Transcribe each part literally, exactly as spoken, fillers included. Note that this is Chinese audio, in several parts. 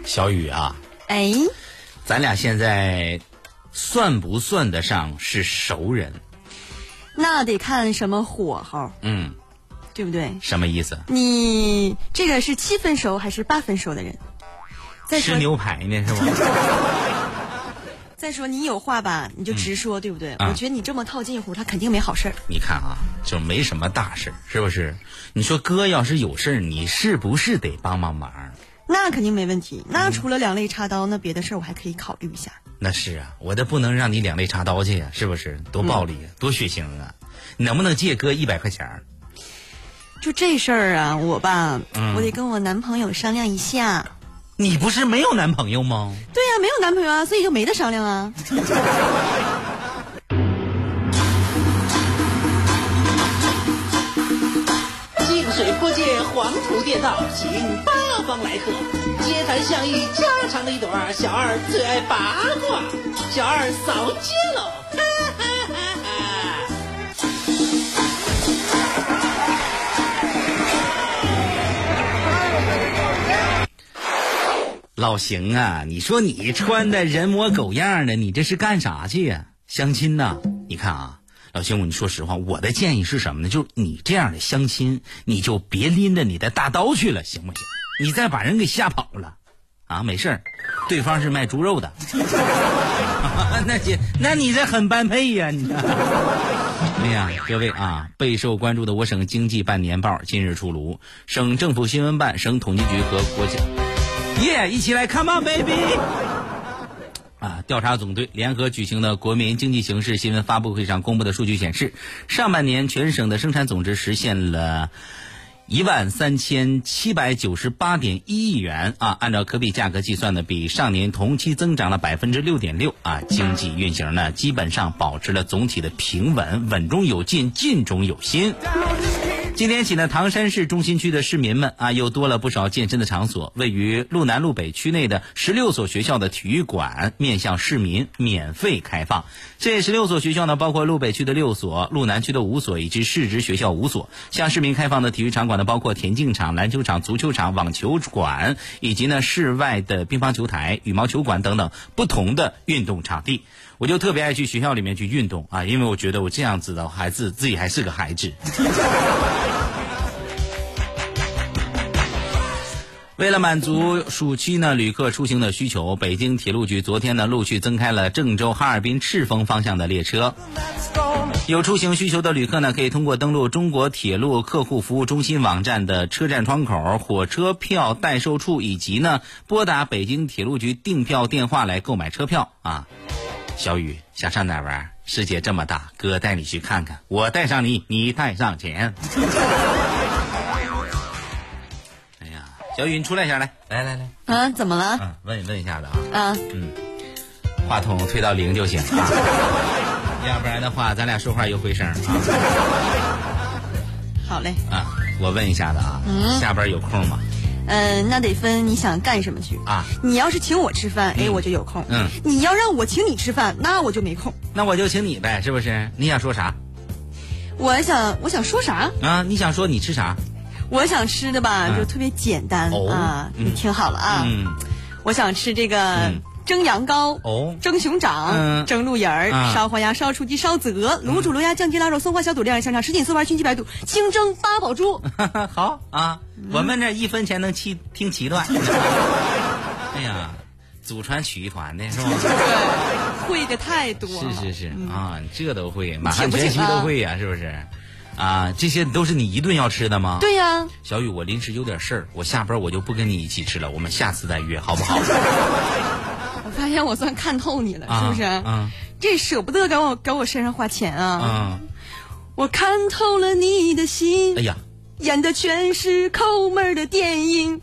小雨啊， 哎， 咱俩现在算不算得上是熟人？ 那得看什么火候， 嗯， 对不对？ 什么意思？ 你这个是七分熟还是八分熟的人？再说吃牛排呢是吗？ 再说你有话吧，你就直说，嗯、对不对？ 啊、 我觉得你这么套近乎，他肯定没好事儿。 你看啊，就没什么大事，是不是？你说哥要是有事，你是不是得帮帮忙？ 那肯定没问题。那除了两肋插刀，那别的事儿我还可以考虑一下。 那是啊，我这不能让你两肋插刀去呀、啊，是不是？多暴力啊，嗯、多血腥啊！你能不能借哥一百块钱？ 就这事儿啊，我吧， 嗯、 我得跟我男朋友商量一下。 你不是没有男朋友吗？ 对呀、啊，没有男朋友啊，所以就没得商量啊。 净水坡界黄土店道，请八方来客。街谈巷议家常的一朵，小二最爱八卦，小二扫街喽！哈哈哈哈。 老邢啊，你说你穿的人模狗样的，你这是干啥去呀、啊？相亲呐？你看啊，老邢，我跟你说实话，我的建议是什么呢？就是你这样的相亲，你就别拎着你的大刀去了，行不行？你再把人给吓跑了，啊，没事儿，对方是卖猪肉的，那你那你这很般配呀、啊，你。哎呀，各位啊，备受关注的我省经济半年报今日出炉，省政府新闻办、省统计局和国家。耶、yeah, 一起来 come on baby 啊！调查总队联合举行的国民经济形势新闻发布会上公布的数据显示，上半年全省的生产总值实现了一万三千七百九十八点一亿元啊，按照可比价格计算呢，比上年同期增长了百分之六点六啊，经济运行呢基本上保持了总体的平稳，稳中有进，进中有新。今天起呢，唐山市中心区的市民们啊，又多了不少健身的场所。位于路南路北区内的十六所学校的体育馆面向市民免费开放。这十六所学校呢，包括路北区的六所、路南区的五所以及市直学校五所。向市民开放的体育场馆呢，包括田径场、篮球场、足球场、网球馆，以及呢室外的乒乓球台、羽毛球馆等等不同的运动场地。我就特别爱去学校里面去运动啊，因为我觉得我这样子的孩子自己还是个孩子。为了满足暑期呢旅客出行的需求，北京铁路局昨天呢陆续增开了郑州、哈尔滨、赤峰方向的列车。有出行需求的旅客呢，可以通过登录中国铁路客户服务中心网站的车站窗口、火车票代售处，以及呢拨打北京铁路局订票电话来购买车票啊。小雨，想上哪玩？世界这么大，哥带你去看看。我带上你，你带上钱。哎呀，小雨，你出来一下来，来来来。 啊，怎么了？ 嗯，问问一下子啊。 啊。 嗯，话筒推到零就行啊，要不然的话，咱俩说话又回声啊。 好嘞。 啊，我问一下子啊，嗯、下边有空吗？ 嗯、呃，那得分你想干什么去啊。 你要是请我吃饭，哎、嗯，我就有空。嗯，你要让我请你吃饭，那我就没空。 那我就请你呗，是不是？你想说啥？ 我想，我想说啥啊？你想说你吃啥？ 我想吃的吧，嗯、就特别简单、哦、啊。你听好了啊，嗯，我想吃这个。嗯蒸羊羔、哦，蒸熊掌、嗯、蒸鹿眼儿、啊、烧花鸭、烧雏鸡、烧子鹅、卤煮、罗鸭、酱鸡、腊肉、松花小肚、晾香肠、什锦丝丸、熏鸡白肚、清蒸八宝猪。 好啊，嗯、我们这一分钱能七听七段。哎呀，祖传曲艺团的是吧？ 对，会的太多了。 是是是、嗯、啊，这都会，满汉全席都会呀、啊，是不是？啊，这些都是你一顿要吃的吗？ 对呀、啊。 小雨，我临时有点事儿，我下班我就不跟你一起吃了，我们下次再约，好不好？ 我发现我算看透你了， 啊、 是不是？ 啊， 这舍不得给我给我身上花钱啊！啊，我看透了你的心。 哎呀， 演的全是抠门的电影。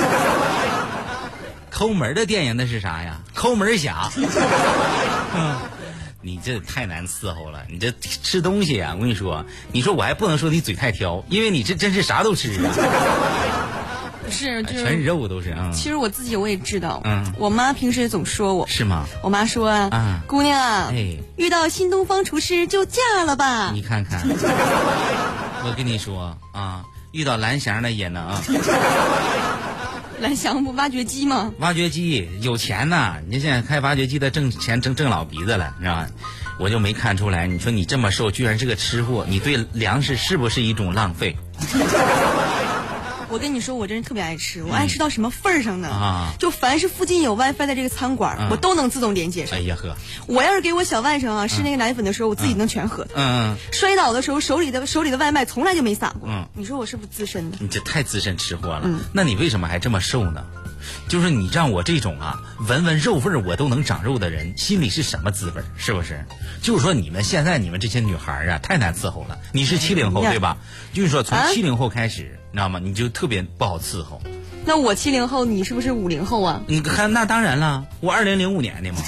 抠门的电影那是啥呀？抠门侠。嗯，你这太难伺候了。你这吃东西啊，我跟你说，你说我还不能说你嘴太挑，因为你这真是啥都吃啊。 不是，就是全肉都是啊、嗯。 其实我自己我也知道， 嗯， 我妈平时总说我。 是吗？ 我妈说啊， 啊姑娘啊， 哎， 遇到新东方厨师就嫁了吧。 你看看，我跟你说啊，遇到蓝翔的也能。 蓝翔不挖掘机吗？ 挖掘机有钱呐！你现在开挖掘机的挣钱挣挣老鼻子了，你知道吗？我就没看出来，你说你这么瘦，居然是个吃货，你对粮食是不是一种浪费？ 我跟你说，我真是特别爱吃，我爱吃到什么份儿上呢？ 啊！ 就凡是附近有 WiFi 的这个餐馆，嗯、我都能自动连接上。 哎呀呵！ 我要是给我小外甥啊吃那个奶粉的时候，我自己能全喝。 嗯。 摔倒的时候，手里的手里的外卖从来就没洒过。嗯。你说我是不是资深的？ 你这太资深吃货了。嗯。那你为什么还这么瘦呢？就是你让我这种啊闻闻肉味儿我都能长肉的人，心里是什么滋味？是不是？就是说你们现在你们这些女孩啊，太难伺候了。你是七零后、哎、对吧？就是说从七零后开始，啊、你知道吗？你就特别不好伺候。 那我七零后，你是不是五零后啊？ 你看，那当然了，我二零零五年的嘛。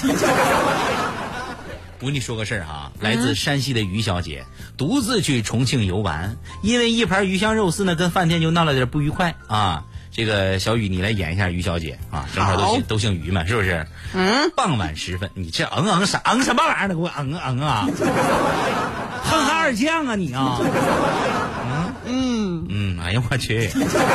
我跟你说个事儿哈，来自山西的于小姐、嗯、独自去重庆游玩，因为一盘鱼香肉丝呢，跟饭店就闹了点不愉快啊。这个小雨，你来演一下于小姐啊，正好都姓都姓于嘛，是不是？嗯。傍晚时分，你这嗯嗯啥嗯什么玩意儿呢？给我嗯嗯啊！哼哈二将啊你啊！嗯嗯嗯，哎呀我去！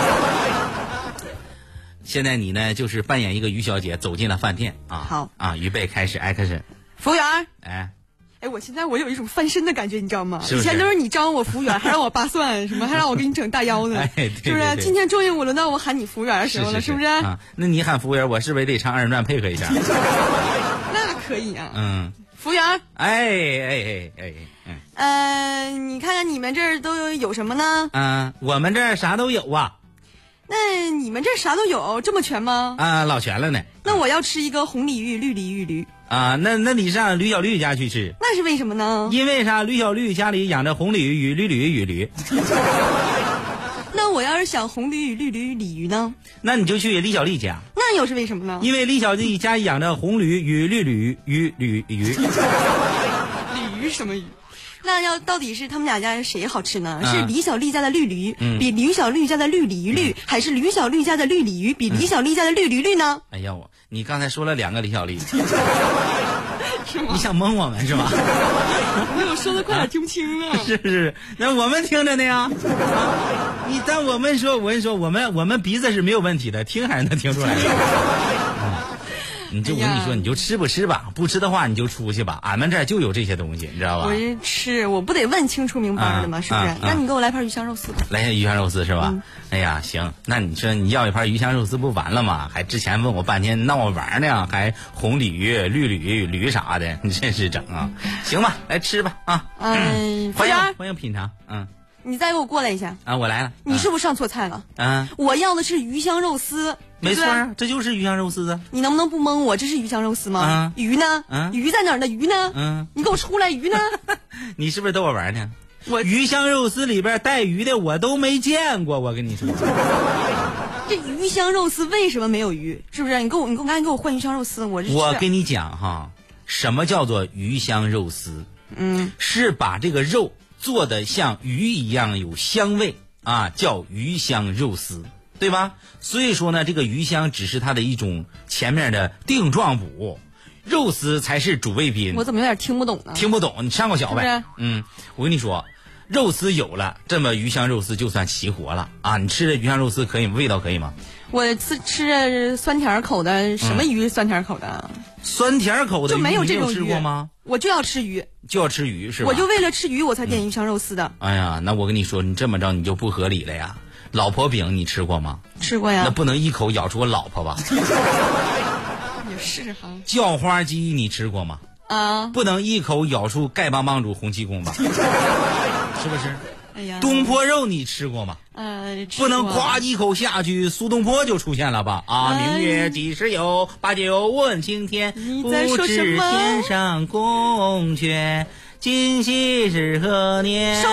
现在你呢，就是扮演一个于小姐走进了饭店啊。 好啊，预备开始 action。 服务员， 哎。 哎，我现在我有一种翻身的感觉，你知道吗？ 是不是？ 以前都是你招我服务员，还让我扒蒜，什么还让我给你整大腰呢， 哎、对对对， 是不是？今天终于我轮到我喊你服务员的时候了， 是, 是, 是, 是不是？ 啊，那你喊服务员，我是不是也得唱二人转配合一下？ 那可以啊。 嗯， 服务员。 哎哎哎哎哎。呃，你看看你们这儿都有有什么呢？ 嗯，我们这儿啥都有啊。 那你们这儿啥都有，这么全吗？ 啊，老全了呢。 那我要吃一个红鲤鱼、绿鲤鱼、驴。 啊，那那你上吕小绿家去吃。 那是为什么呢？ 因为啥？吕小绿家里养着红鲤鱼与绿鲤鱼与驴。 那我要是想红鲤鱼、绿鲤鱼、鲤鱼呢？ 那你就去李小丽家。 那又是为什么呢？ 因为李小丽家养着红驴与绿驴与驴鱼。 鲤鱼什么鱼？那要到底是他们俩家谁好吃呢？ 嗯、 是李小丽家的绿驴、嗯、比李小绿家的绿鲤鱼绿、嗯，还是李小绿家的绿鲤鱼比李小丽家的绿驴绿呢？ 哎呀，我你刚才说了两个李小丽， 是吗？ 你想蒙我们是吧？ 没有说的快点听不清啊！ 是是，那我们听着呢呀。你但我们说，我跟你说，我们我们鼻子是没有问题的，听还是能听出来的。你就我跟你说，你就吃不吃吧，不吃的话你就出去吧。俺们这儿就有这些东西，你知道吧？ 我这吃，我不得问清楚明白的吗？啊、是不是、啊啊？那你给我来盘鱼香肉丝吧。 来下鱼香肉丝是吧、嗯？哎呀，行，那你说你要一盘鱼香肉丝不完了吗？还之前问我半天闹我玩呢，还红鲤鱼、绿鲤驴啥的，你真是整啊！行吧，来吃吧啊！ 嗯， 欢迎欢迎品尝，嗯。 你再给我过来一下啊！我来了。 你是不是上错菜了？ 啊！ 我要的是鱼香肉丝。 没错啊，这就是鱼香肉丝啊！ 你能不能不蒙我？这是鱼香肉丝吗？ 啊、 鱼呢？ 啊、 鱼在哪儿呢？鱼呢？ 嗯， 你给我出来！鱼呢？ 你是不是逗我玩呢？ 我鱼香肉丝里边带鱼的我都没见过，我跟你说。 这鱼香肉丝为什么没有鱼？是不是？你给我，你给我赶紧给我换鱼香肉丝！我我跟你讲哈，什么叫做鱼香肉丝？ 嗯， 是把这个肉做的像鱼一样有香味啊，叫鱼香肉丝，对吧？所以说呢，这个鱼香只是它的一种前面的定状补，肉丝才是主谓宾。 我怎么有点听不懂呢？ 听不懂，你上过小呗？ 是是嗯，我跟你说，肉丝有了，这么鱼香肉丝就算齐活了啊！你吃的鱼香肉丝可以，味道可以吗？ 我吃吃着酸甜口的，什么鱼酸甜口的？ 嗯、酸甜口的鱼就没有这种鱼，你有吃过吗？ 我就要吃鱼， 就要吃鱼是吧？ 我就为了吃鱼我才点鱼香肉丝的、 嗯。哎呀，那我跟你说，你这么着你就不合理了呀！老婆饼你吃过吗？ 吃过呀。 那不能一口咬出我老婆吧？ 也是哈。 叫花鸡你吃过吗？ 啊， 不能一口咬出丐帮帮主洪七公吧？是不是？ 哎呀， 东坡肉你吃过吗？ 呃， 不能夸一口下去，苏东坡就出现了吧？啊， 呃、 明月几时有？八九问青天。 你在说什么？ 不知天上宫阙，今夕是何年？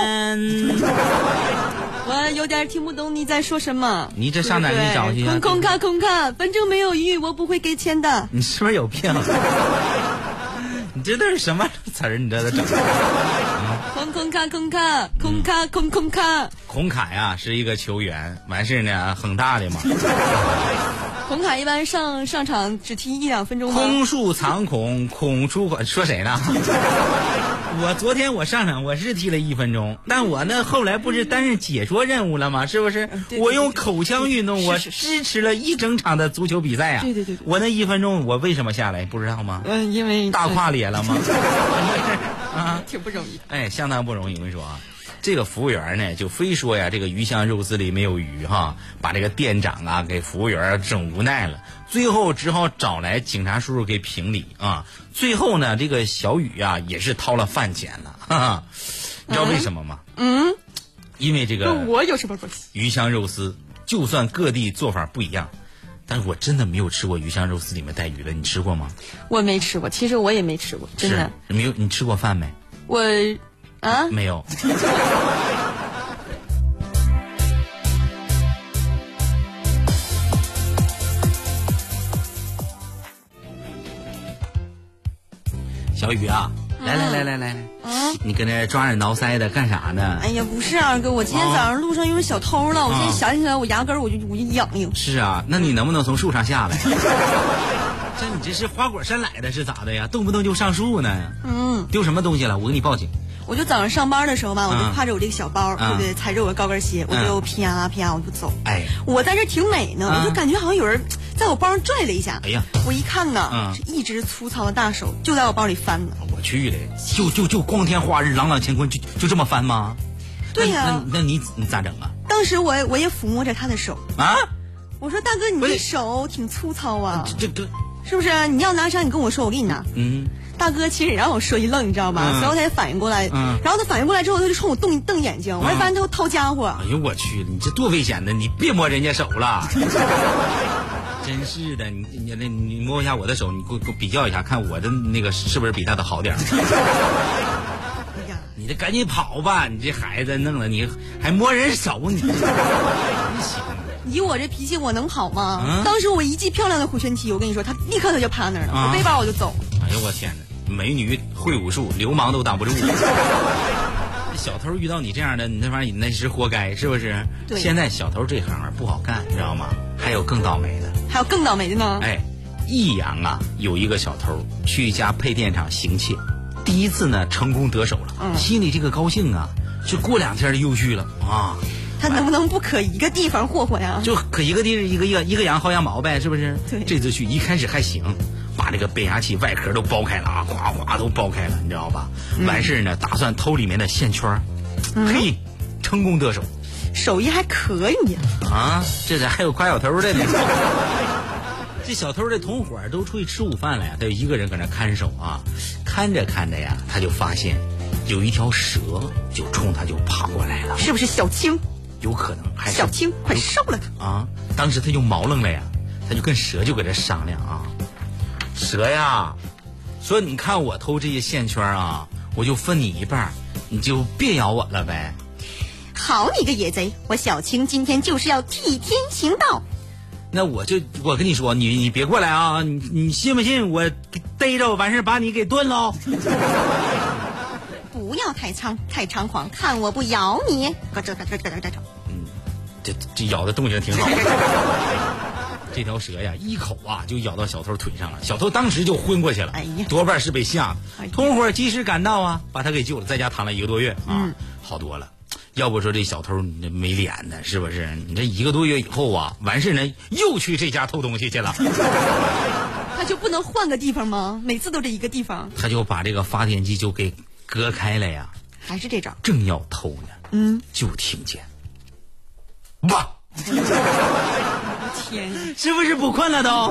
我有点听不懂你在说什么。 你这上哪儿去找去？ 空空卡空卡，反正没有鱼，我不会给钱的。 你是不是有病？你这都是什么词儿？你这都整？ 空空卡空卡空卡空空卡。 孔卡呀，是一个球员，完事呢，恒大的嘛。 孔卡一般上上场只踢一两分钟吗？ 空树藏孔，孔出款。说谁呢？我昨天我上场我是踢了一分钟，但我呢后来不是担任解说任务了吗？是不是？ 嗯、对对对我用口腔运动，我支持了一整场的足球比赛啊！ 对对对对， 我那一分钟我为什么下来不知道吗？ 嗯，因为大胯裂了吗？啊， 挺不容易。 哎，相当不容易，我跟你说啊。这个服务员呢，就非说呀，这个鱼香肉丝里没有鱼哈，把这个店长啊给服务员整无奈了，最后只好找来警察叔叔给评理啊。最后呢，这个小雨啊也是掏了饭钱了，哈哈，你知道为什么吗？ 嗯， 因为这个我有什么关系？ 鱼香肉丝，就算各地做法不一样，但是我真的没有吃过鱼香肉丝里面带鱼的，你吃过吗？ 我没吃过，其实我也没吃过，真的。 没有，你吃过饭没？ 我。啊， 没有。小雨啊，来来来来来来，嗯，你搁那抓耳挠腮的干啥呢？ 哎呀，不是二哥，我今天早上路上遇到小偷了，我现在想起来我牙根我就我就痒痒。 是啊，那你能不能从树上下来？这你这是花果山来的是咋的呀？动不动就上树呢？嗯，丢什么东西了？我给你报警。 我就早上上班的时候吧，我就挎着我这个小包，对不对？踩着我高跟鞋，我就啪啪我就走。哎，我在这挺美呢，我就感觉好像有人在我包上拽了一下。哎呀，我一看呢，是一只粗糙的大手就在我包里翻呢。 我去的，就就就光天化日，朗朗乾坤，就就这么翻吗？ 对呀。 那那你你咋整啊？ 当时我我也抚摸着他的手啊，我说大哥，你这手挺粗糙啊，这这是不是？你要拿啥？你跟我说，我给你拿。嗯。大哥其实也让我说一愣，你知道吗？嗯、随后他也反应过来，嗯、然后他反应过来之后，他就冲我瞪瞪眼睛，嗯、我还发现他要掏家伙。 哎呦我去，你这多危险的！你别摸人家手了，真是的，你你你你摸一下我的手，你给我给我比较一下，看我的那个是不是比他的好点儿。哎呀，你这赶紧跑吧！你这孩子弄了你还摸人手，你真行。 以我这脾气，我能跑吗？嗯、当时我一记漂亮的回旋踢，我跟你说，他立刻他就趴那儿了，啊、我背包我就走。 哎呦我天哪！美女会武术，流氓都挡不住。小偷遇到你这样的，你那玩意儿那是活该，是不是？对。现在小偷这行不好干，知道吗？还有更倒霉的。 还有更倒霉的呢？ 哎，益阳啊，有一个小偷去一家配电厂行窃，第一次呢成功得手了，嗯、心里这个高兴啊，就过两天又去了啊。 他能不能不可一个地方霍霍呀？ 就可一个地一个一个一个羊薅羊毛呗，是不是？ 对。 这次去一开始还行。把这个变压器外壳都剥开了啊，哗哗都剥开了，你知道吧？嗯、完事呢，打算偷里面的线圈，嗯、嘿，成功得手， 手艺还可以呀！ 啊，这咋还有夸小偷的呢？这小偷的同伙都出去吃午饭了呀，他有一个人搁那看守啊，看着看着呀，他就发现有一条蛇就冲他就爬过来了， 是不是小青？ 有可能，还是小青，快收了他！ 啊，当时他就毛愣了呀，他就跟蛇就搁这商量啊。蛇呀，说你看我偷这些线圈啊，我就分你一半，你就别咬我了呗。 好你个野贼，我小青今天就是要替天行道。 那我就我跟你说，你你别过来啊！你你信不信我逮着完事把你给炖喽？ 不要太猖太猖狂，看我不咬你！咯吱咯吱咯吱咯吱。 嗯，这这咬的动静挺好。这条蛇呀，一口啊就咬到小偷腿上了，小偷当时就昏过去了，哎呀，多半是被吓的。哎、同伙及时赶到啊，把他给救了，在家躺了一个多月啊，嗯、好多了。要不说这小偷你这没脸的，是不是？你这一个多月以后啊，完事呢又去这家偷东西去了。 他就不能换个地方吗？每次都这一个地方。 他就把这个发电机就给隔开了呀。 还是这招。 正要偷呢，嗯，就听见，哇！ 天， 是不是不困了都？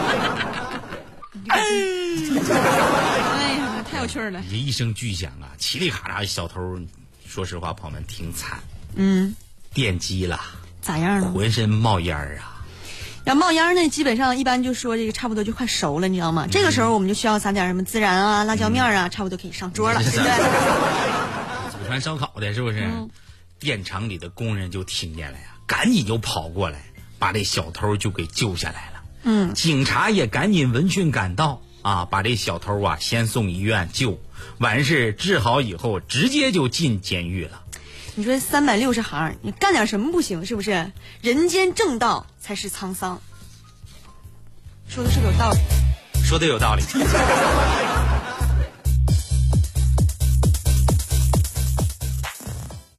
哎，哎呀，太有趣了！ 一声巨响啊，嘁里咔嚓，小偷，说实话，朋友们挺惨。 嗯， 电击了， 咋样了？ 浑身冒烟啊！ 要冒烟呢，基本上一般就说这个差不多就快熟了，你知道吗？嗯、这个时候我们就需要撒点什么孜然啊、辣椒面啊，嗯、差不多可以上桌了，对不对？ 祖传烧烤的，是不是？嗯、电厂里的工人就听见了呀，赶紧就跑过来。把这小偷就给救下来了，嗯，警察也赶紧闻讯赶到啊，把这小偷啊先送医院救，完事治好以后直接就进监狱了。 你说三百六十行，你干点什么不行？是不是？人间正道才是沧桑。 说的是有道理， 说的有道理。